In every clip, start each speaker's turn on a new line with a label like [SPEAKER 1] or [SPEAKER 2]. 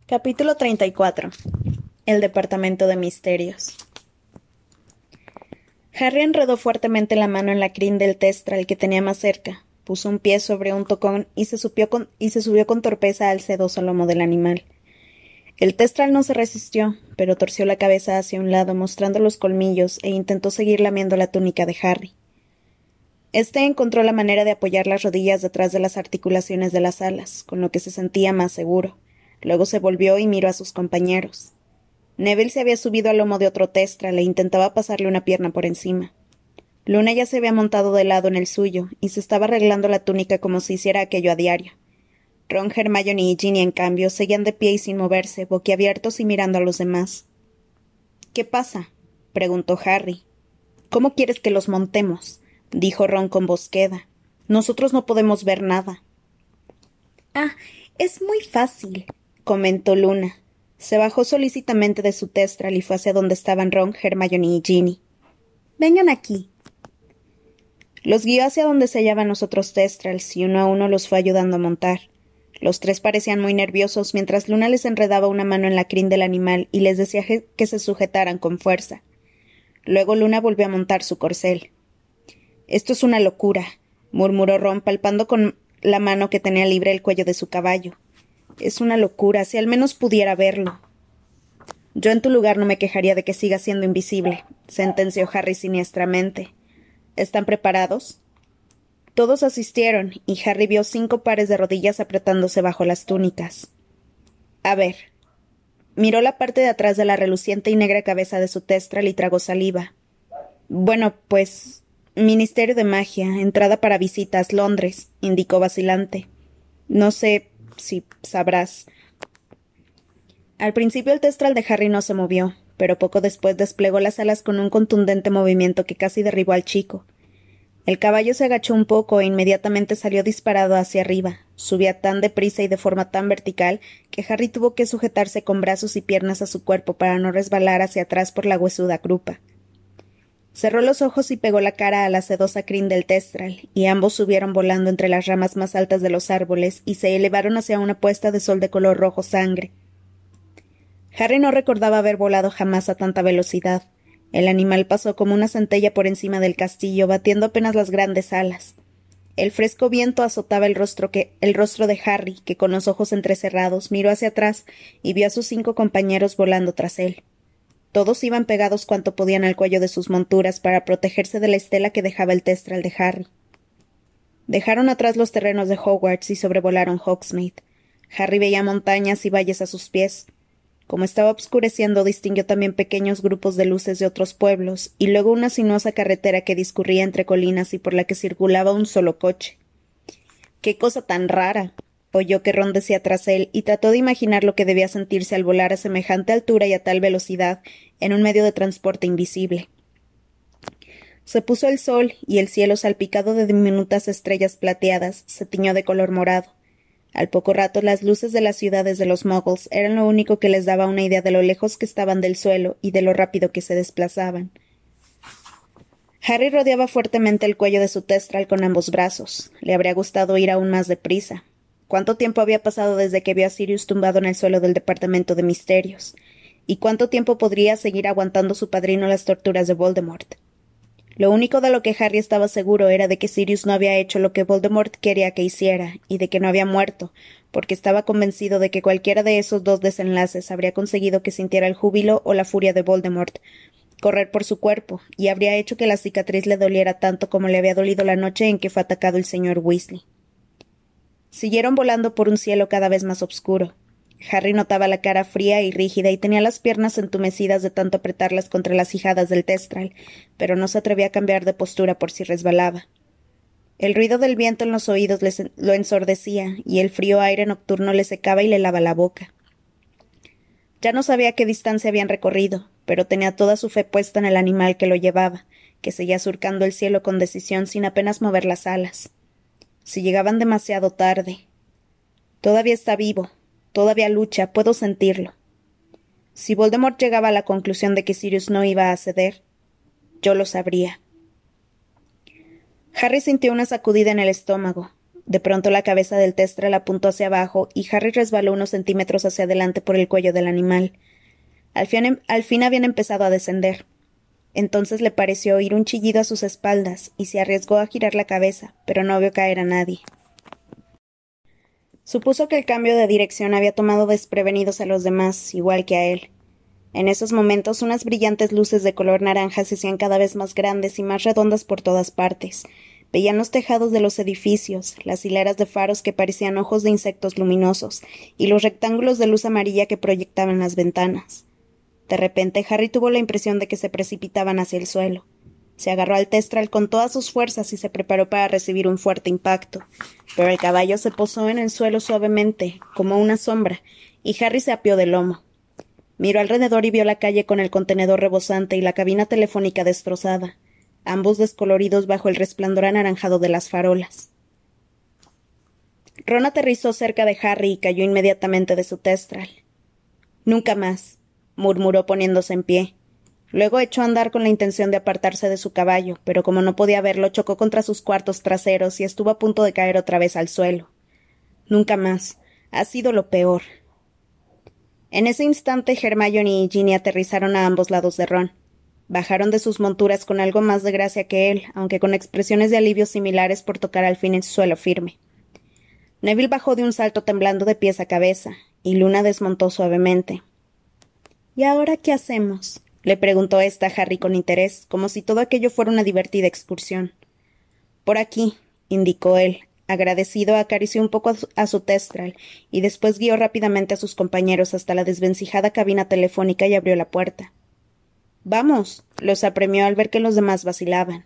[SPEAKER 1] Capítulo 34. El Departamento de Misterios. Harry enredó fuertemente la mano en la crin del testral que tenía más cerca, puso un pie sobre un tocón y se subió con torpeza al sedoso lomo del animal. El testral no se resistió, pero torció la cabeza hacia un lado, mostrando los colmillos, e intentó seguir lamiendo la túnica de Harry. Este encontró la manera de apoyar las rodillas detrás de las articulaciones de las alas, con lo que se sentía más seguro. Luego se volvió y miró a sus compañeros. Neville se había subido al lomo de otro testral e intentaba pasarle una pierna por encima. Luna ya se había montado de lado en el suyo y se estaba arreglando la túnica como si hiciera aquello a diario. Ron, Hermione y Ginny, en cambio, seguían de pie y sin moverse, boquiabiertos y mirando a los demás. —¿Qué pasa? —preguntó Harry. —¿Cómo quieres que los montemos? —dijo Ron con voz queda. —Nosotros no podemos ver nada. —Ah, es muy fácil —comentó Luna. Se bajó solícitamente de su testral y fue hacia donde estaban Ron, Hermione y Ginny. —Vengan aquí. Los guió hacia donde se hallaban los otros testrals y uno a uno los fue ayudando a montar. Los tres parecían muy nerviosos mientras Luna les enredaba una mano en la crin del animal y les decía que se sujetaran con fuerza. Luego Luna volvió a montar su corcel. —Esto es una locura —murmuró Ron, palpando con la mano que tenía libre el cuello de su caballo. —Es una locura, si al menos pudiera verlo. Yo en tu lugar no me quejaría de que siga siendo invisible —sentenció Harry siniestramente. —¿Están preparados? Todos asistieron, y Harry vio 5 pares de rodillas apretándose bajo las túnicas. A ver. Miró la parte de atrás de la reluciente y negra cabeza de su testral y tragó saliva. Bueno, pues... Ministerio de Magia, entrada para visitas, Londres —indicó vacilante. No sé si sabrás. Al principio el testral de Harry no se movió, pero poco después desplegó las alas con un contundente movimiento que casi derribó al chico. El caballo se agachó un poco e inmediatamente salió disparado hacia arriba. Subía tan deprisa y de forma tan vertical que Harry tuvo que sujetarse con brazos y piernas a su cuerpo para no resbalar hacia atrás por la huesuda grupa. Cerró los ojos y pegó la cara a la sedosa crin del testral, y ambos subieron volando entre las ramas más altas de los árboles y se elevaron hacia una puesta de sol de color rojo sangre. Harry no recordaba haber volado jamás a tanta velocidad. El animal pasó como una centella por encima del castillo, batiendo apenas las grandes alas. El fresco viento azotaba el rostro de Harry, que con los ojos entrecerrados miró hacia atrás y vio a sus 5 compañeros volando tras él. Todos iban pegados cuanto podían al cuello de sus monturas para protegerse de la estela que dejaba el testral de Harry. Dejaron atrás los terrenos de Hogwarts y sobrevolaron Hogsmeade. Harry veía montañas y valles a sus pies. Como estaba obscureciendo, distinguió también pequeños grupos de luces de otros pueblos, y luego una sinuosa carretera que discurría entre colinas y por la que circulaba un solo coche. —¡Qué cosa tan rara! —oyó que Ron decía tras él, y trató de imaginar lo que debía sentirse al volar a semejante altura y a tal velocidad en un medio de transporte invisible. Se puso el sol, y el cielo, salpicado de diminutas estrellas plateadas, se tiñó de color morado. Al poco rato las luces de las ciudades de los Muggles eran lo único que les daba una idea de lo lejos que estaban del suelo y de lo rápido que se desplazaban. Harry rodeaba fuertemente el cuello de su testral con ambos brazos. Le habría gustado ir aún más deprisa. ¿Cuánto tiempo había pasado desde que vio a Sirius tumbado en el suelo del Departamento de Misterios? ¿Y cuánto tiempo podría seguir aguantando su padrino las torturas de Voldemort? Lo único de lo que Harry estaba seguro era de que Sirius no había hecho lo que Voldemort quería que hiciera, y de que no había muerto, porque estaba convencido de que cualquiera de esos 2 desenlaces habría conseguido que sintiera el júbilo o la furia de Voldemort correr por su cuerpo, y habría hecho que la cicatriz le doliera tanto como le había dolido la noche en que fue atacado el señor Weasley. Siguieron volando por un cielo cada vez más oscuro. Harry notaba la cara fría y rígida y tenía las piernas entumecidas de tanto apretarlas contra las ijadas del testral, pero no se atrevía a cambiar de postura por si resbalaba. El ruido del viento en los oídos lo ensordecía, y el frío aire nocturno le secaba y le helaba la boca. Ya no sabía qué distancia habían recorrido, pero tenía toda su fe puesta en el animal que lo llevaba, que seguía surcando el cielo con decisión sin apenas mover las alas. Si llegaban demasiado tarde. Todavía está vivo. Todavía lucha, puedo sentirlo. Si Voldemort llegaba a la conclusión de que Sirius no iba a ceder, yo lo sabría. Harry sintió una sacudida en el estómago. De pronto la cabeza del testral apuntó hacia abajo y Harry resbaló unos centímetros hacia adelante por el cuello del animal. Al fin habían empezado a descender. Entonces le pareció oír un chillido a sus espaldas y se arriesgó a girar la cabeza, pero no vio caer a nadie. Supuso que el cambio de dirección había tomado desprevenidos a los demás, igual que a él. En esos momentos unas brillantes luces de color naranja se hacían cada vez más grandes y más redondas por todas partes. Veían los tejados de los edificios, las hileras de faros que parecían ojos de insectos luminosos, y los rectángulos de luz amarilla que proyectaban las ventanas. De repente Harry tuvo la impresión de que se precipitaban hacia el suelo. Se agarró al testral con todas sus fuerzas y se preparó para recibir un fuerte impacto, pero el caballo se posó en el suelo suavemente, como una sombra, y Harry se apeó del lomo. Miró alrededor y vio la calle con el contenedor rebosante y la cabina telefónica destrozada, ambos descoloridos bajo el resplandor anaranjado de las farolas. Ron aterrizó cerca de Harry y cayó inmediatamente de su testral. «Nunca más», murmuró poniéndose en pie. Luego echó a andar con la intención de apartarse de su caballo, pero como no podía verlo, chocó contra sus cuartos traseros y estuvo a punto de caer otra vez al suelo. «Nunca más. Ha sido lo peor». En ese instante Hermione y Ginny aterrizaron a ambos lados de Ron. Bajaron de sus monturas con algo más de gracia que él, aunque con expresiones de alivio similares por tocar al fin el suelo firme. Neville bajó de un salto temblando de pies a cabeza, y Luna desmontó suavemente. «¿Y ahora qué hacemos?», le preguntó ésta a Harry con interés, como si todo aquello fuera una divertida excursión. «Por aquí», indicó él. Agradecido, acarició un poco a su testral, y después guió rápidamente a sus compañeros hasta la desvencijada cabina telefónica y abrió la puerta. «Vamos», los apremió al ver que los demás vacilaban.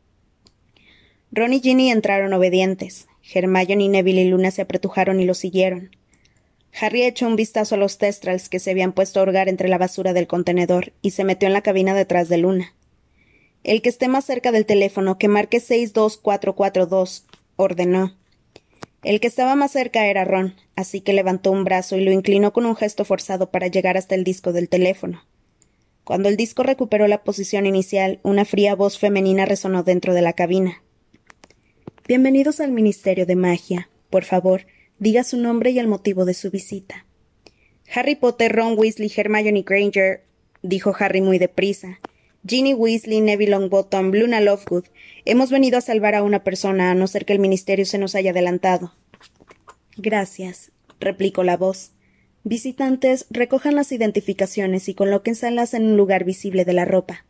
[SPEAKER 1] Ron y Ginny entraron obedientes. Hermione, Neville y Luna se apretujaron y lo siguieron. Harry echó un vistazo a los testrals que se habían puesto a hurgar entre la basura del contenedor y se metió en la cabina detrás de Luna. «El que esté más cerca del teléfono, que marque 62442», ordenó. El que estaba más cerca era Ron, así que levantó un brazo y lo inclinó con un gesto forzado para llegar hasta el disco del teléfono. Cuando el disco recuperó la posición inicial, una fría voz femenina resonó dentro de la cabina. «Bienvenidos al Ministerio de Magia. Por favor, diga su nombre y el motivo de su visita». «Harry Potter, Ron Weasley, Hermione Granger», dijo Harry muy deprisa. «Ginny Weasley, Neville Longbottom, Luna Lovegood. Hemos venido a salvar a una persona, a no ser que el ministerio se nos haya adelantado». «Gracias», replicó la voz. «Visitantes, recojan las identificaciones y colóquenselas en un lugar visible de la ropa».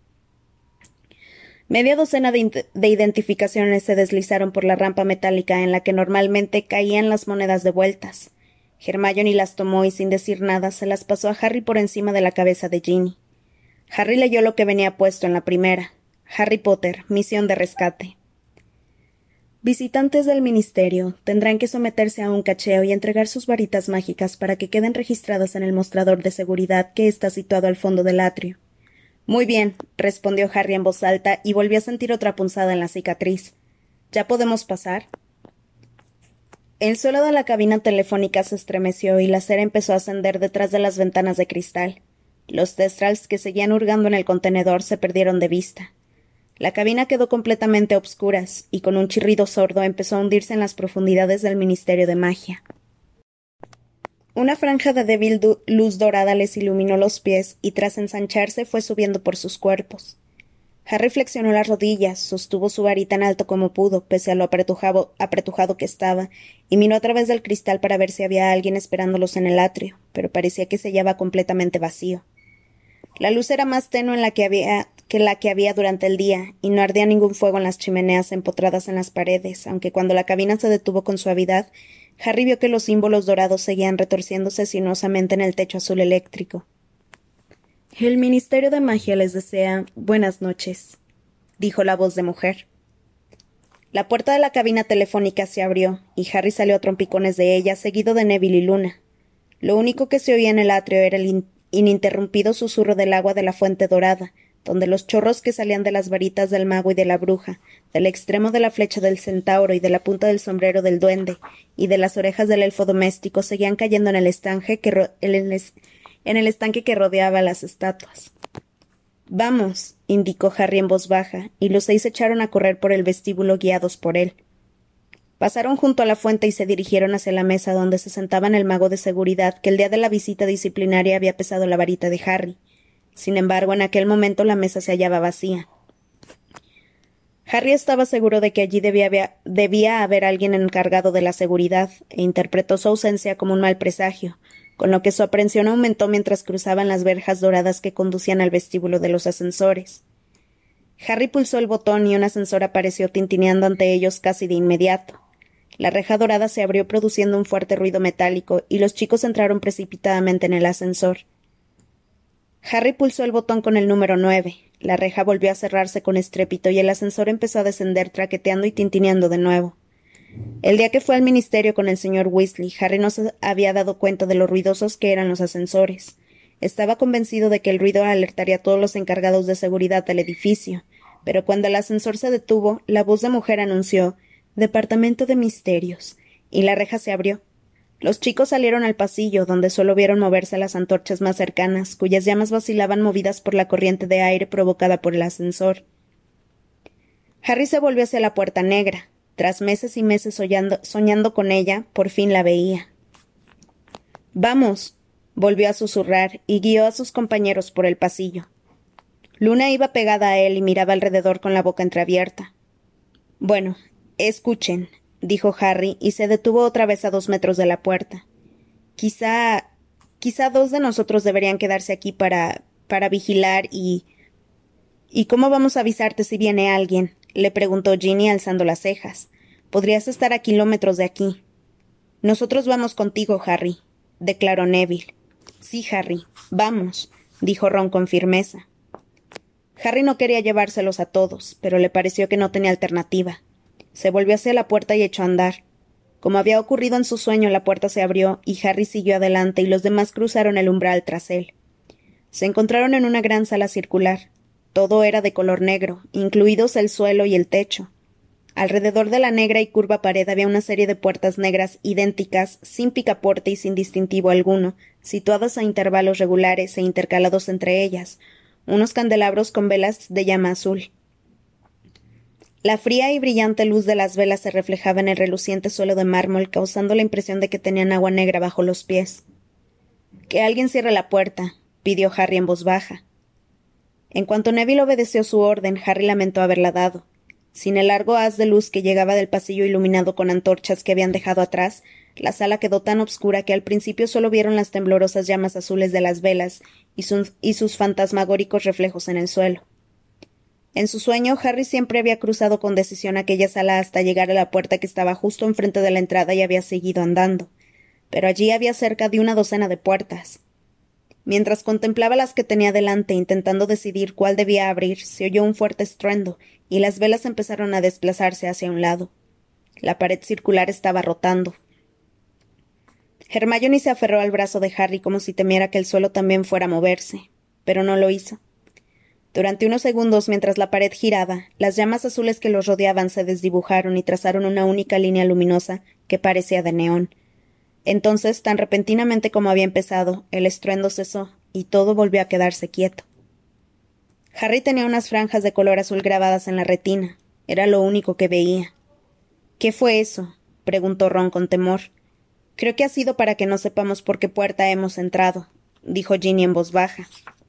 [SPEAKER 1] Media docena de identificaciones se deslizaron por la rampa metálica en la que normalmente caían las monedas devueltas. Hermione las tomó y sin decir nada se las pasó a Harry por encima de la cabeza de Ginny. Harry leyó lo que venía puesto en la primera. Harry Potter, misión de rescate. Visitantes del ministerio tendrán que someterse a un cacheo y entregar sus varitas mágicas para que queden registradas en el mostrador de seguridad que está situado al fondo del atrio. Muy bien, respondió Harry en voz alta y volvió a sentir otra punzada en la cicatriz. ¿Ya podemos pasar? El suelo de la cabina telefónica se estremeció y la cera empezó a ascender detrás de las ventanas de cristal. Los testrals que seguían hurgando en el contenedor se perdieron de vista. La cabina quedó completamente a obscuras y con un chirrido sordo empezó a hundirse en las profundidades del Ministerio de Magia. Una franja de débil luz dorada les iluminó los pies y tras ensancharse fue subiendo por sus cuerpos. Harry flexionó las rodillas, sostuvo su varita en alto como pudo, pese a lo apretujado que estaba, y miró a través del cristal para ver si había alguien esperándolos en el atrio, pero parecía que se hallaba completamente vacío. La luz era más tenue que la que había durante el día, y no ardía ningún fuego en las chimeneas empotradas en las paredes, aunque cuando la cabina se detuvo con suavidad, Harry vio que los símbolos dorados seguían retorciéndose sinuosamente en el techo azul eléctrico. «El Ministerio de Magia les desea buenas noches», dijo la voz de mujer. La puerta de la cabina telefónica se abrió, y Harry salió a trompicones de ella, seguido de Neville y Luna. Lo único que se oía en el atrio era el ininterrumpido susurro del agua de la fuente dorada, donde los chorros que salían de las varitas del mago y de la bruja, del extremo de la flecha del centauro y de la punta del sombrero del duende, y de las orejas del elfo doméstico seguían cayendo en el estanque que rodeaba las estatuas. «Vamos», indicó Harry en voz baja, y los 6 se echaron a correr por el vestíbulo guiados por él. Pasaron junto a la fuente y se dirigieron hacia la mesa donde se sentaban el mago de seguridad que el día de la visita disciplinaria había pesado la varita de Harry. Sin embargo, en aquel momento la mesa se hallaba vacía. Harry estaba seguro de que allí debía haber alguien encargado de la seguridad, e interpretó su ausencia como un mal presagio, con lo que su aprensión aumentó mientras cruzaban las verjas doradas que conducían al vestíbulo de los ascensores. Harry pulsó el botón y un ascensor apareció tintineando ante ellos casi de inmediato. La reja dorada se abrió produciendo un fuerte ruido metálico, y los chicos entraron precipitadamente en el ascensor. Harry pulsó el botón con el número 9. La reja volvió a cerrarse con estrépito y el ascensor empezó a descender traqueteando y tintineando de nuevo. El día que fue al ministerio con el señor Weasley, Harry no se había dado cuenta de lo ruidosos que eran los ascensores. Estaba convencido de que el ruido alertaría a todos los encargados de seguridad del edificio, pero cuando el ascensor se detuvo, la voz de mujer anunció «Departamento de Misterios», y la reja se abrió. Los chicos salieron al pasillo, donde solo vieron moverse las antorchas más cercanas, cuyas llamas vacilaban movidas por la corriente de aire provocada por el ascensor. Harry se volvió hacia la puerta negra. Tras meses y meses soñando con ella, por fin la veía. «¡Vamos!», volvió a susurrar, y guió a sus compañeros por el pasillo. Luna iba pegada a él y miraba alrededor con la boca entreabierta. «Bueno, escuchen», dijo Harry, y se detuvo otra vez a 2 metros de la puerta. Quizá 2 de nosotros deberían quedarse aquí para vigilar y... ¿Y cómo vamos a avisarte si viene alguien?, le preguntó Ginny alzando las cejas. Podrías estar a kilómetros de aquí. Nosotros vamos contigo, Harry, declaró Neville. Sí, Harry, vamos, dijo Ron con firmeza. Harry no quería llevárselos a todos, pero le pareció que no tenía alternativa. Se volvió hacia la puerta y echó a andar. Como había ocurrido en su sueño, la puerta se abrió y Harry siguió adelante y los demás cruzaron el umbral tras él. Se encontraron en una gran sala circular. Todo era de color negro, incluidos el suelo y el techo. Alrededor de la negra y curva pared había una serie de puertas negras idénticas, sin picaporte y sin distintivo alguno, situadas a intervalos regulares e intercalados entre ellas, unos candelabros con velas de llama azul. La fría y brillante luz de las velas se reflejaba en el reluciente suelo de mármol, causando la impresión de que tenían agua negra bajo los pies. «Que alguien cierre la puerta», pidió Harry en voz baja. En cuanto Neville obedeció su orden, Harry lamentó haberla dado. Sin el largo haz de luz que llegaba del pasillo iluminado con antorchas que habían dejado atrás, la sala quedó tan obscura que al principio solo vieron las temblorosas llamas azules de las velas y sus fantasmagóricos reflejos en el suelo. En su sueño, Harry siempre había cruzado con decisión aquella sala hasta llegar a la puerta que estaba justo enfrente de la entrada y había seguido andando. Pero allí había cerca de 1 docena de puertas. Mientras contemplaba las que tenía delante, intentando decidir cuál debía abrir, se oyó un fuerte estruendo, y las velas empezaron a desplazarse hacia un lado. La pared circular estaba rotando. Hermione se aferró al brazo de Harry como si temiera que el suelo también fuera a moverse, pero no lo hizo. Durante unos segundos, mientras la pared giraba, las llamas azules que los rodeaban se desdibujaron y trazaron una única línea luminosa que parecía de neón. Entonces, tan repentinamente como había empezado, el estruendo cesó, y todo volvió a quedarse quieto. Harry tenía unas franjas de color azul grabadas en la retina. Era lo único que veía. «¿Qué fue eso?», preguntó Ron con temor. «Creo que ha sido para que no sepamos por qué puerta hemos entrado», dijo Ginny en voz baja.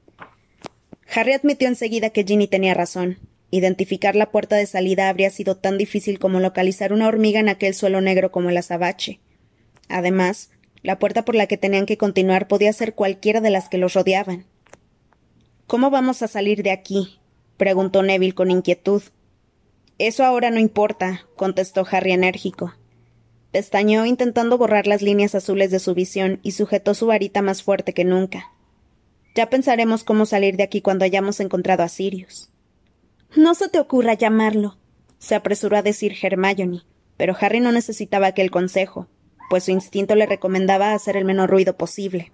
[SPEAKER 1] Harry admitió enseguida que Ginny tenía razón. Identificar la puerta de salida habría sido tan difícil como localizar una hormiga en aquel suelo negro como el azabache. Además, la puerta por la que tenían que continuar podía ser cualquiera de las que los rodeaban. «¿Cómo vamos a salir de aquí?», preguntó Neville con inquietud. «Eso ahora no importa», contestó Harry enérgico. Pestañeó intentando borrar las líneas azules de su visión y sujetó su varita más fuerte que nunca. «Ya pensaremos cómo salir de aquí cuando hayamos encontrado a Sirius». «No se te ocurra llamarlo», se apresuró a decir Hermione, pero Harry no necesitaba aquel consejo, pues su instinto le recomendaba hacer el menor ruido posible.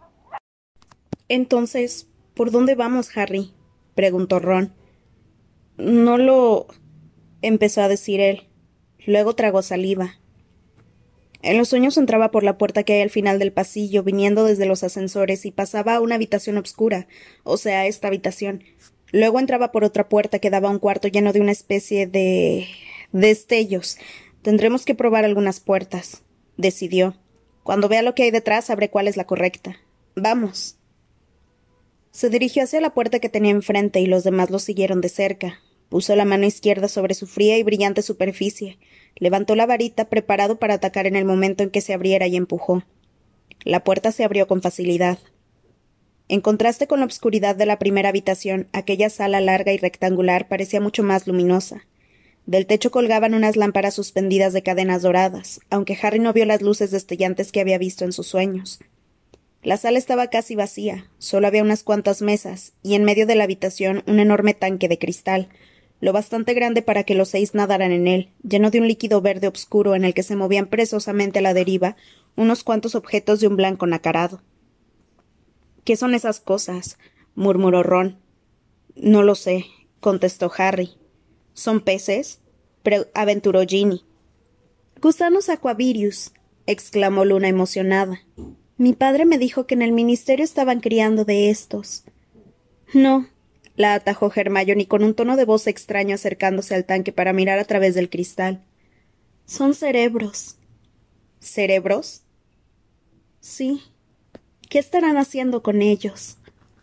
[SPEAKER 1] «Entonces, ¿por dónde vamos, Harry?», preguntó Ron. «No lo...», empezó a decir él. Luego tragó saliva. En los sueños entraba por la puerta que hay al final del pasillo, viniendo desde los ascensores, y pasaba a una habitación oscura, o sea, esta habitación. Luego entraba por otra puerta que daba a un cuarto lleno de una especie de destellos, Tendremos que probar algunas puertas, decidió. Cuando vea lo que hay detrás, sabré cuál es la correcta. Vamos. Se dirigió hacia la puerta que tenía enfrente y los demás lo siguieron de cerca. Puso la mano izquierda sobre su fría y brillante superficie, levantó la varita preparado para atacar en el momento en que se abriera y empujó. La puerta se abrió con facilidad. En contraste con la obscuridad de la primera habitación, aquella sala larga y rectangular parecía mucho más luminosa. Del techo colgaban unas lámparas suspendidas de cadenas doradas, aunque Harry no vio las luces destellantes que había visto en sus sueños. La sala estaba casi vacía, solo había unas cuantas mesas, y en medio de la habitación un enorme tanque de cristal, lo bastante grande para que los 6 nadaran en él, lleno de un líquido verde obscuro en el que se movían perezosamente a la deriva unos cuantos objetos de un blanco nacarado. —¿Qué son esas cosas? —murmuró Ron. —No lo sé —contestó Harry. —¿Son peces? —aventuró Ginny. —Gusanos aquavirius —exclamó Luna emocionada. Mi padre me dijo que en el ministerio estaban criando de estos. —No —la atajó Hermione con un tono de voz extraño acercándose al tanque para mirar a través del cristal—. Son cerebros. —¿Cerebros? —Sí. ¿Qué estarán haciendo con ellos?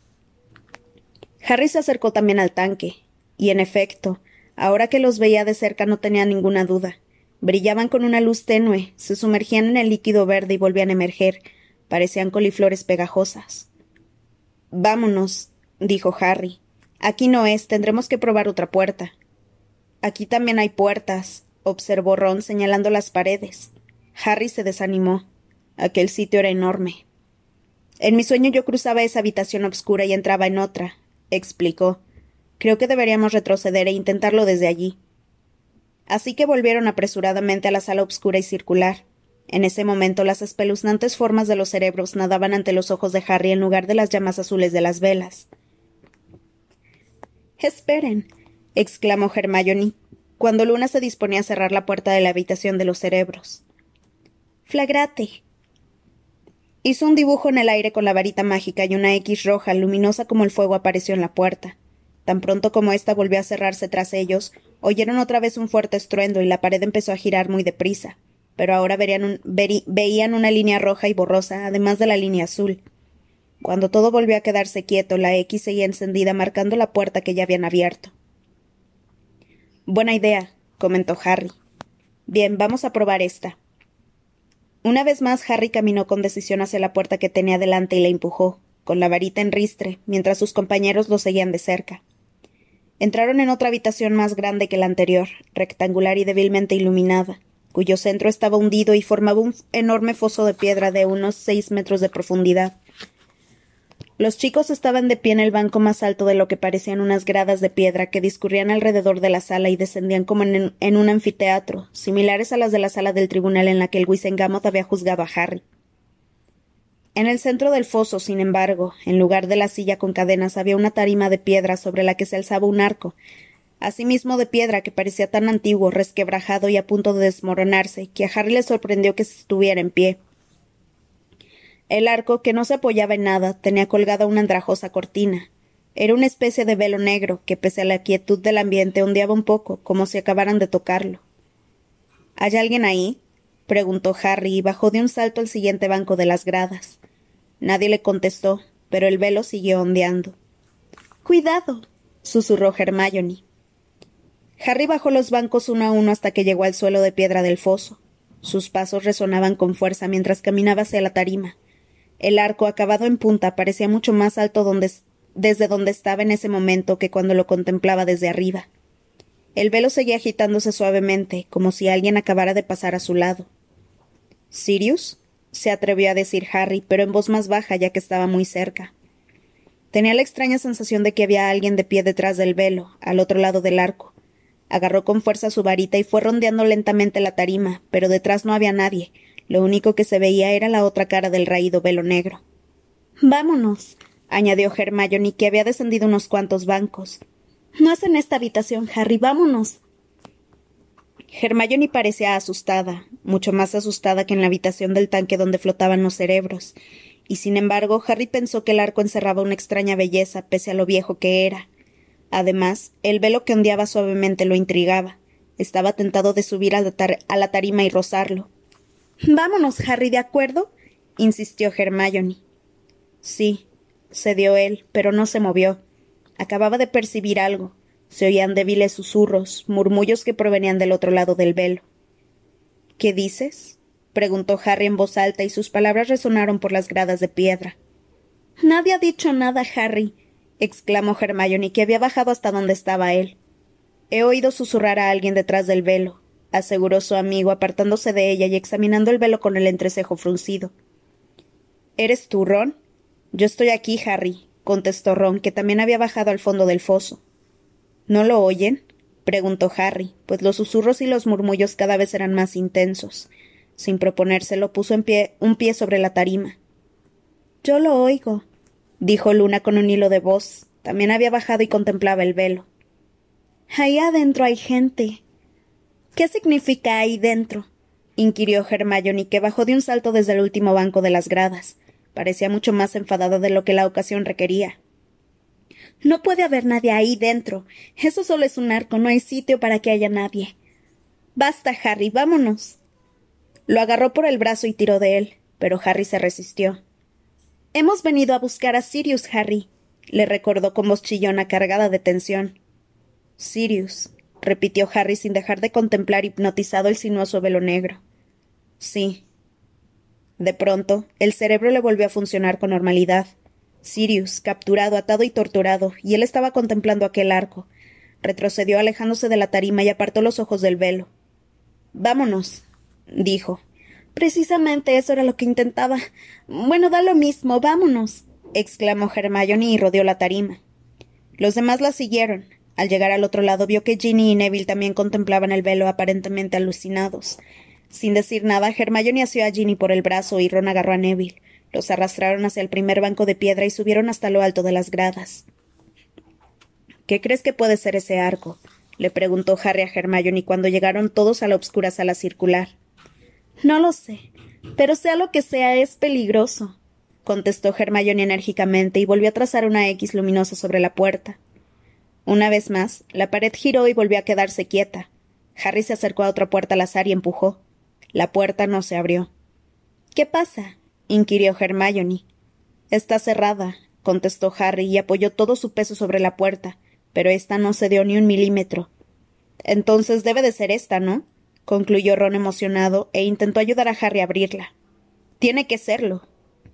[SPEAKER 1] Harry se acercó también al tanque, y en efecto, ahora que los veía de cerca no tenía ninguna duda. Brillaban con una luz tenue, se sumergían en el líquido verde y volvían a emerger. Parecían coliflores pegajosas. —Vámonos —dijo Harry—. Aquí no es, tendremos que probar otra puerta. —Aquí también hay puertas —observó Ron señalando las paredes. Harry se desanimó. Aquel sitio era enorme. En mi sueño yo cruzaba esa habitación oscura y entraba en otra —explicó—. Creo que deberíamos retroceder e intentarlo desde allí. Así que volvieron apresuradamente a la sala oscura y circular. En ese momento las espeluznantes formas de los cerebros nadaban ante los ojos de Harry en lugar de las llamas azules de las velas. —Esperen —exclamó Hermione, cuando Luna se disponía a cerrar la puerta de la habitación de los cerebros. —Flagrate. Hizo un dibujo en el aire con la varita mágica y una X roja, luminosa como el fuego, apareció en la puerta. Tan pronto como ésta volvió a cerrarse tras ellos, oyeron otra vez un fuerte estruendo y la pared empezó a girar muy deprisa, pero ahora veían una línea roja y borrosa, además de la línea azul. Cuando todo volvió a quedarse quieto, la X seguía encendida, marcando la puerta que ya habían abierto. —Buena idea —comentó Harry—. Bien, vamos a probar esta. Una vez más Harry caminó con decisión hacia la puerta que tenía delante y la empujó, con la varita en ristre, mientras sus compañeros lo seguían de cerca. Entraron en otra habitación más grande que la anterior, rectangular y débilmente iluminada, cuyo centro estaba hundido y formaba un enorme foso de piedra de unos 6 metros de profundidad. Los chicos estaban de pie en el banco más alto de lo que parecían unas gradas de piedra que discurrían alrededor de la sala y descendían como en un anfiteatro, similares a las de la sala del tribunal en la que el Wizengamot había juzgado a Harry. En el centro del foso, sin embargo, en lugar de la silla con cadenas, había una tarima de piedra sobre la que se alzaba un arco, asimismo de piedra que parecía tan antiguo, resquebrajado y a punto de desmoronarse, que a Harry le sorprendió que estuviera en pie. El arco, que no se apoyaba en nada, tenía colgada una andrajosa cortina. Era una especie de velo negro que, pese a la quietud del ambiente, ondeaba un poco, como si acabaran de tocarlo. —¿Hay alguien ahí? —preguntó Harry y bajó de un salto al siguiente banco de las gradas. Nadie le contestó, pero el velo siguió ondeando. —¡Cuidado! —susurró Hermione. Harry bajó los bancos uno a uno hasta que llegó al suelo de piedra del foso. Sus pasos resonaban con fuerza mientras caminaba hacia la tarima. El arco, acabado en punta, parecía mucho más alto desde donde estaba en ese momento que cuando lo contemplaba desde arriba. El velo seguía agitándose suavemente, como si alguien acabara de pasar a su lado. —¿Sirius? —se atrevió a decir Harry, pero en voz más baja, ya que estaba muy cerca. Tenía la extraña sensación de que había alguien de pie detrás del velo, al otro lado del arco. Agarró con fuerza su varita y fue rondeando lentamente la tarima, pero detrás no había nadie. Lo único que se veía era la otra cara del raído velo negro. —Vámonos —añadió Hermione, que había descendido unos cuantos bancos. —No es en esta habitación, Harry, vámonos. Hermione parecía asustada, mucho más asustada que en la habitación del tanque donde flotaban los cerebros, y sin embargo Harry pensó que el arco encerraba una extraña belleza, pese a lo viejo que era. Además, el velo que ondeaba suavemente lo intrigaba. Estaba tentado de subir a la tarima y rozarlo. —Vámonos, Harry, ¿de acuerdo? —insistió Hermione. Sí —cedió él, pero no se movió. Acababa de percibir algo. Se oían débiles susurros, murmullos que provenían del otro lado del velo. —¿Qué dices? —preguntó Harry en voz alta, y sus palabras resonaron por las gradas de piedra. —Nadie ha dicho nada, Harry —exclamó Hermione, que había bajado hasta donde estaba él. —He oído susurrar a alguien detrás del velo —aseguró su amigo, apartándose de ella y examinando el velo con el entrecejo fruncido. —¿Eres tú, Ron? —Yo estoy aquí, Harry —contestó Ron, que también había bajado al fondo del foso. —¿No lo oyen? —preguntó Harry, pues los susurros y los murmullos cada vez eran más intensos. Sin proponérselo, puso un pie sobre la tarima. —Yo lo oigo —dijo Luna con un hilo de voz. También había bajado y contemplaba el velo. —Ahí adentro hay gente. —¿Qué significa ahí dentro? —inquirió Hermione, que bajó de un salto desde el último banco de las gradas. Parecía mucho más enfadada de lo que la ocasión requería. —No puede haber nadie ahí dentro. Eso solo es un arco, no hay sitio para que haya nadie. —Basta, Harry, vámonos. Lo agarró por el brazo y tiró de él, pero Harry se resistió. —Hemos venido a buscar a Sirius, Harry —le recordó con voz chillona cargada de tensión. —Sirius —repitió Harry sin dejar de contemplar hipnotizado el sinuoso velo negro. —Sí. De pronto, el cerebro le volvió a funcionar con normalidad. Sirius, capturado, atado y torturado, y él estaba contemplando aquel arco. Retrocedió alejándose de la tarima y apartó los ojos del velo. —Vámonos —dijo. —Precisamente eso era lo que intentaba. Bueno, da lo mismo, vámonos —exclamó Hermione y rodeó la tarima. Los demás la siguieron. Al llegar al otro lado vio que Ginny y Neville también contemplaban el velo aparentemente alucinados. Sin decir nada, Hermione asió a Ginny por el brazo y Ron agarró a Neville. Los arrastraron hacia el primer banco de piedra y subieron hasta lo alto de las gradas. —¿Qué crees que puede ser ese arco? —le preguntó Harry a Hermione cuando llegaron todos a la oscura sala circular. —No lo sé, pero sea lo que sea, es peligroso —contestó Hermione enérgicamente y volvió a trazar una X luminosa sobre la puerta. Una vez más, la pared giró y volvió a quedarse quieta. Harry se acercó a otra puerta al azar y empujó. La puerta no se abrió. —¿Qué pasa? —inquirió Hermione. —Está cerrada —contestó Harry y apoyó todo su peso sobre la puerta, pero ésta no cedió ni un milímetro. —Entonces debe de ser esta, ¿no? —concluyó Ron emocionado, e intentó ayudar a Harry a abrirla. —Tiene que serlo.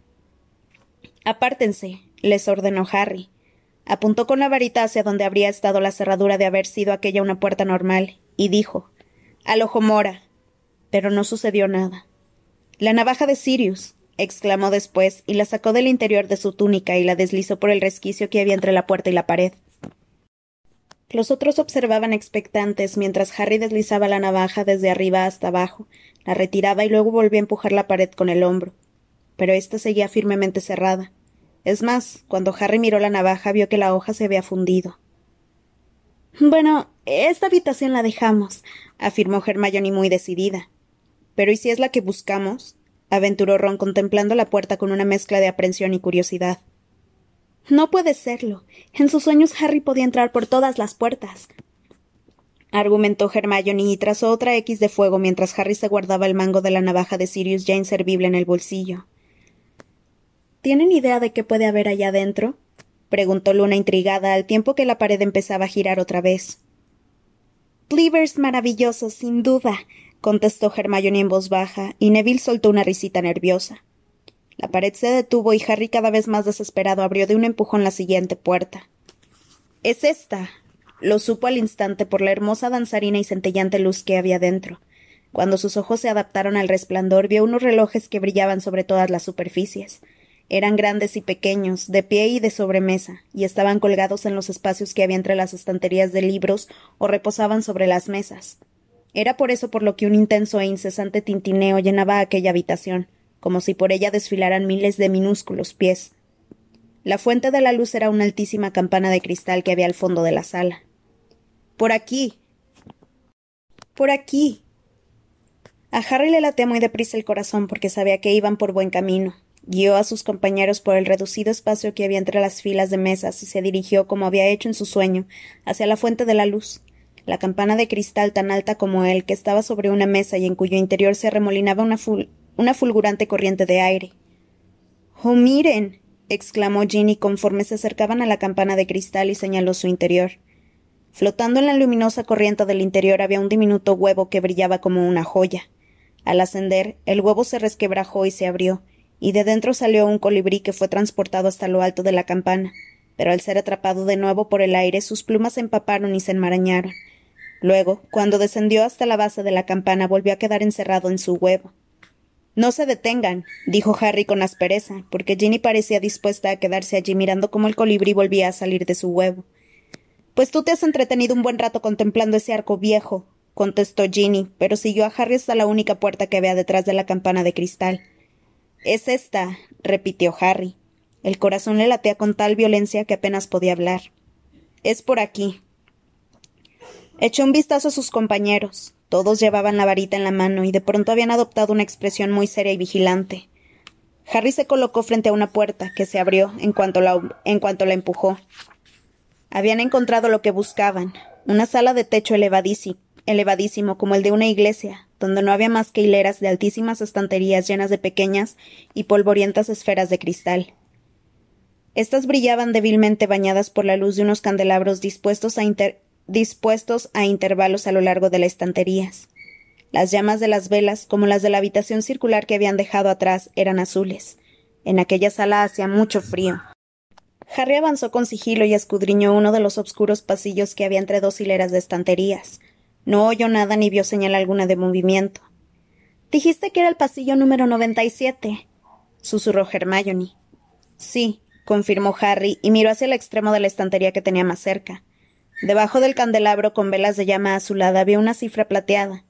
[SPEAKER 1] —Apártense —les ordenó Harry. Apuntó con la varita hacia donde habría estado la cerradura de haber sido aquella una puerta normal, y dijo: —¡Al ojo mora! Pero no sucedió nada. —La navaja de Sirius —exclamó después, y la sacó del interior de su túnica y la deslizó por el resquicio que había entre la puerta y la pared. Los otros observaban expectantes mientras Harry deslizaba la navaja desde arriba hasta abajo, la retiraba y luego volvió a empujar la pared con el hombro. Pero ésta seguía firmemente cerrada. Es más, cuando Harry miró la navaja vio que la hoja se había fundido. —Bueno, esta habitación la dejamos —afirmó Hermione muy decidida. —¿Pero y si es la que buscamos? —aventuró Ron contemplando la puerta con una mezcla de aprensión y curiosidad. —No puede serlo. En sus sueños Harry podía entrar por todas las puertas —argumentó Hermione y trazó otra X de fuego mientras Harry se guardaba el mango de la navaja de Sirius ya inservible en el bolsillo. —¿Tienen idea de qué puede haber allá adentro? —preguntó Luna intrigada al tiempo que la pared empezaba a girar otra vez. —Cleavers maravillosos, sin duda —contestó Hermione en voz baja, y Neville soltó una risita nerviosa. La pared se detuvo y Harry, cada vez más desesperado, abrió de un empujón la siguiente puerta. —¡Es esta! Lo supo al instante por la hermosa danzarina y centellante luz que había dentro. Cuando sus ojos se adaptaron al resplandor, vio unos relojes que brillaban sobre todas las superficies. Eran grandes y pequeños, de pie y de sobremesa, y estaban colgados en los espacios que había entre las estanterías de libros o reposaban sobre las mesas. Era por eso por lo que un intenso e incesante tintineo llenaba aquella habitación, como si por ella desfilaran miles de minúsculos pies. La fuente de la luz era una altísima campana de cristal que había al fondo de la sala. —¡Por aquí! —¡Por aquí! A Harry le latía muy deprisa el corazón porque sabía que iban por buen camino. Guió a sus compañeros por el reducido espacio que había entre las filas de mesas y se dirigió, como había hecho en su sueño, hacia la fuente de la luz. la campana de cristal tan alta como él, que estaba sobre una mesa y en cuyo interior se arremolinaba una fulgurante corriente de aire. —¡Oh, miren! —exclamó Ginny conforme se acercaban a la campana de cristal y señaló su interior. Flotando en la luminosa corriente del interior había un diminuto huevo que brillaba como una joya. Al ascender, el huevo se resquebrajó y se abrió, y de dentro salió un colibrí que fue transportado hasta lo alto de la campana, pero al ser atrapado de nuevo por el aire sus plumas se empaparon y se enmarañaron. Luego, cuando descendió hasta la base de la campana, volvió a quedar encerrado en su huevo. —No se detengan —dijo Harry con aspereza, porque Ginny parecía dispuesta a quedarse allí mirando cómo el colibrí volvía a salir de su huevo. —Pues tú te has entretenido un buen rato contemplando ese arco viejo —contestó Ginny, pero siguió a Harry hasta la única puerta que había detrás de la campana de cristal. —Es esta —repitió Harry. El corazón le latía con tal violencia que apenas podía hablar. —Es por aquí. Echó un vistazo a sus compañeros. Todos llevaban la varita en la mano y de pronto habían adoptado una expresión muy seria y vigilante. Harry se colocó frente a una puerta, que se abrió en cuanto la empujó. Habían encontrado lo que buscaban, una sala de techo elevadísimo como el de una iglesia, donde no había más que hileras de altísimas estanterías llenas de pequeñas y polvorientas esferas de cristal. Estas brillaban débilmente bañadas por la luz de unos candelabros dispuestos a intervalos a lo largo de las estanterías. Las llamas de las velas, como las de la habitación circular que habían dejado atrás, eran azules. En aquella sala hacía mucho frío. Harry avanzó con sigilo y escudriñó uno de los obscuros pasillos que había entre dos hileras de estanterías. No oyó nada ni vio señal alguna de movimiento. —¿Dijiste que era el pasillo número 97? —susurró Hermione. —Sí —confirmó Harry, y miró hacia el extremo de la estantería que tenía más cerca. Debajo del candelabro con velas de llama azulada había una cifra plateada.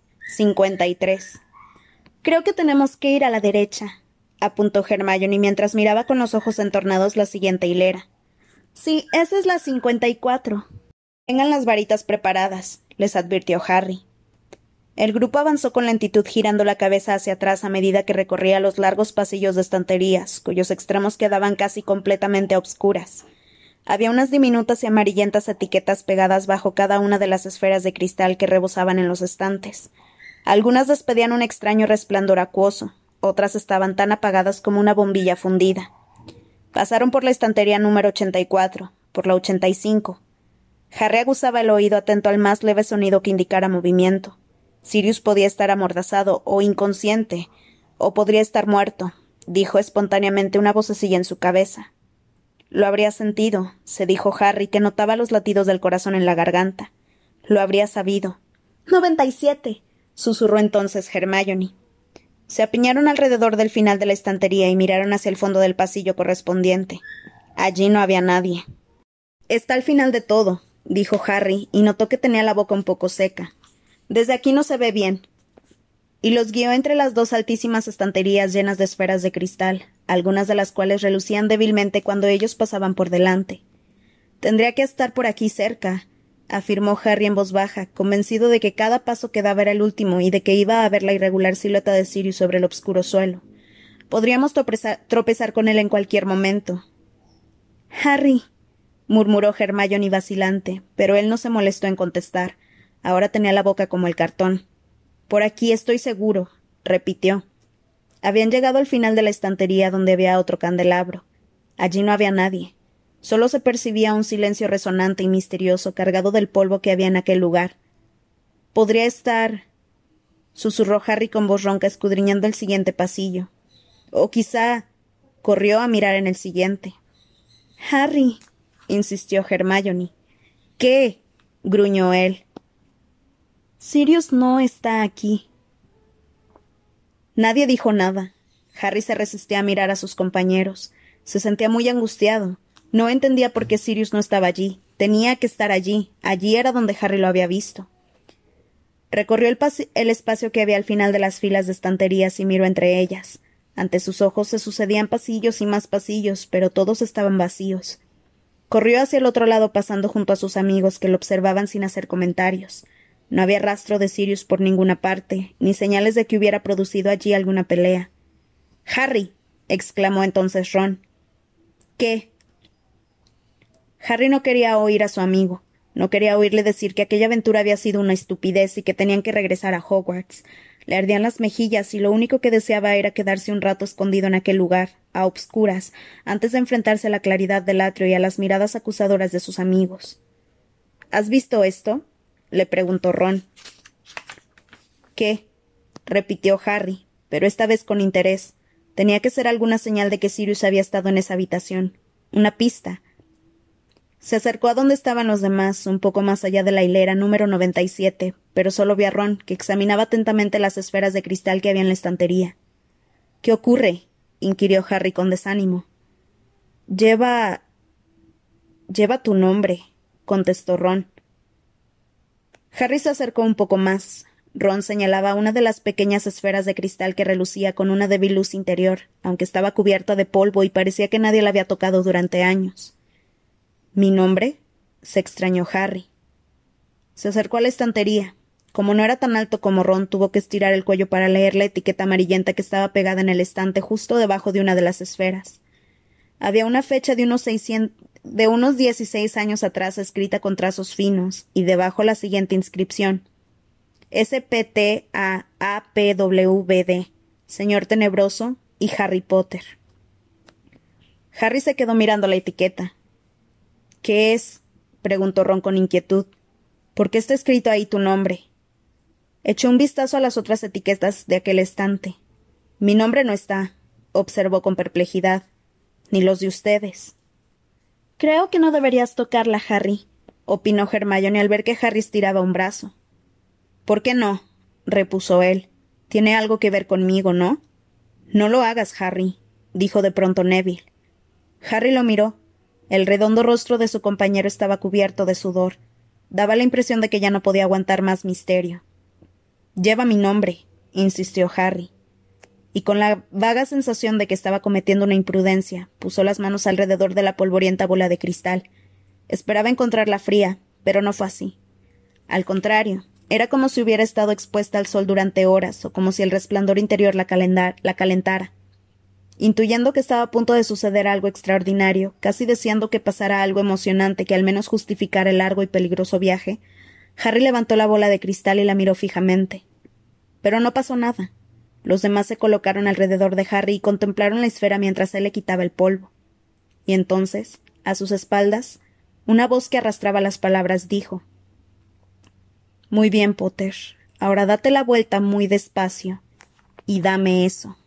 [SPEAKER 1] 53. —Creo que tenemos que ir a la derecha —apuntó Hermione mientras miraba con los ojos entornados la siguiente hilera. —Sí, esa es la 54. —Tengan las varitas preparadas —les advirtió Harry. El grupo avanzó con lentitud girando la cabeza hacia atrás a medida que recorría los largos pasillos de estanterías, cuyos extremos quedaban casi completamente a obscuras. Había unas diminutas y amarillentas etiquetas pegadas bajo cada una de las esferas de cristal que rebosaban en los estantes. Algunas despedían un extraño resplandor acuoso, otras estaban tan apagadas como una bombilla fundida. Pasaron por la estantería número 84, por la 85. Harry aguzaba el oído atento al más leve sonido que indicara movimiento. Sirius podía estar amordazado o inconsciente, o podría estar muerto, dijo espontáneamente una vocecilla en su cabeza. Lo habría sentido, se dijo Harry, que notaba los latidos del corazón en la garganta. Lo habría sabido. 97, susurró entonces Hermione. Se apiñaron alrededor del final de la estantería y miraron hacia el fondo del pasillo correspondiente. Allí no había nadie. Está al final de todo, dijo Harry, y notó que tenía la boca un poco seca. Desde aquí no se ve bien. Y los guió entre las dos altísimas estanterías llenas de esferas de cristal, algunas de las cuales relucían débilmente cuando ellos pasaban por delante. Tendría que estar por aquí cerca, afirmó Harry en voz baja, convencido de que cada paso que daba era el último y de que iba a ver la irregular silueta de Sirius sobre el obscuro suelo. Podríamos tropezar con él en cualquier momento. —Harry —murmuró Hermione vacilante, pero él no se molestó en contestar. Ahora tenía la boca como el cartón. —Por aquí estoy seguro —repitió. Habían llegado al final de la estantería donde había otro candelabro. Allí no había nadie. Solo se percibía un silencio resonante y misterioso cargado del polvo que había en aquel lugar. —Podría estar —susurró Harry con voz ronca escudriñando el siguiente pasillo. O quizá corrió a mirar en el siguiente. —Harry —insistió Hermione. —¿Qué? —gruñó él. —Sirius no está aquí. Nadie dijo nada. Harry se resistía a mirar a sus compañeros. Se sentía muy angustiado. No entendía por qué Sirius no estaba allí. Tenía que estar allí. Allí era donde Harry lo había visto. Recorrió el espacio que había al final de las filas de estanterías y miró entre ellas. Ante sus ojos se sucedían pasillos y más pasillos, pero todos estaban vacíos. Corrió hacia el otro lado pasando junto a sus amigos que lo observaban sin hacer comentarios. No había rastro de Sirius por ninguna parte, ni señales de que hubiera producido allí alguna pelea. —¡Harry! —exclamó entonces Ron. —¿Qué? Harry no quería oír a su amigo. No quería oírle decir que aquella aventura había sido una estupidez y que tenían que regresar a Hogwarts. Le ardían las mejillas y lo único que deseaba era quedarse un rato escondido en aquel lugar, a obscuras, antes de enfrentarse a la claridad del atrio y a las miradas acusadoras de sus amigos. —¿Has visto esto? —le preguntó Ron. —¿Qué? —repitió Harry, pero esta vez con interés. Tenía que ser alguna señal de que Sirius había estado en esa habitación. Una pista. Se acercó a donde estaban los demás, un poco más allá de la hilera número 97, pero solo vio a Ron, que examinaba atentamente las esferas de cristal que había en la estantería. —¿Qué ocurre? —inquirió Harry con desánimo. Lleva tu nombre —contestó Ron. Harry se acercó un poco más. Ron señalaba una de las pequeñas esferas de cristal que relucía con una débil luz interior, aunque estaba cubierta de polvo y parecía que nadie la había tocado durante años. —¿Mi nombre? —se extrañó Harry. Se acercó a la estantería. Como no era tan alto como Ron, tuvo que estirar el cuello para leer la etiqueta amarillenta que estaba pegada en el estante justo debajo de una de las esferas. Había una fecha de unos 16 años atrás escrita con trazos finos, y debajo la siguiente inscripción: SPTAAPWD, Señor Tenebroso y Harry Potter. Harry se quedó mirando la etiqueta. —¿Qué es? —preguntó Ron con inquietud. —¿Por qué está escrito ahí tu nombre? Echó un vistazo a las otras etiquetas de aquel estante. —Mi nombre no está —observó con perplejidad—, ni los de ustedes. —Creo que no deberías tocarla, Harry —opinó Hermione al ver que Harry estiraba un brazo. —¿Por qué no? —repuso él—. Tiene algo que ver conmigo, ¿no? —No lo hagas, Harry —dijo de pronto Neville. Harry lo miró. El redondo rostro de su compañero estaba cubierto de sudor. Daba la impresión de que ya no podía aguantar más misterio. —Lleva mi nombre —insistió Harry. Y con la vaga sensación de que estaba cometiendo una imprudencia, puso las manos alrededor de la polvorienta bola de cristal. Esperaba encontrarla fría, pero no fue así. Al contrario, era como si hubiera estado expuesta al sol durante horas, o como si el resplandor interior la calentara. Intuyendo que estaba a punto de suceder algo extraordinario, casi deseando que pasara algo emocionante que al menos justificara el largo y peligroso viaje, Harry levantó la bola de cristal y la miró fijamente. Pero no pasó nada. Los demás se colocaron alrededor de Harry y contemplaron la esfera mientras él le quitaba el polvo. Y entonces, a sus espaldas, una voz que arrastraba las palabras dijo: —Muy bien, Potter. Ahora date la vuelta muy despacio y dame eso.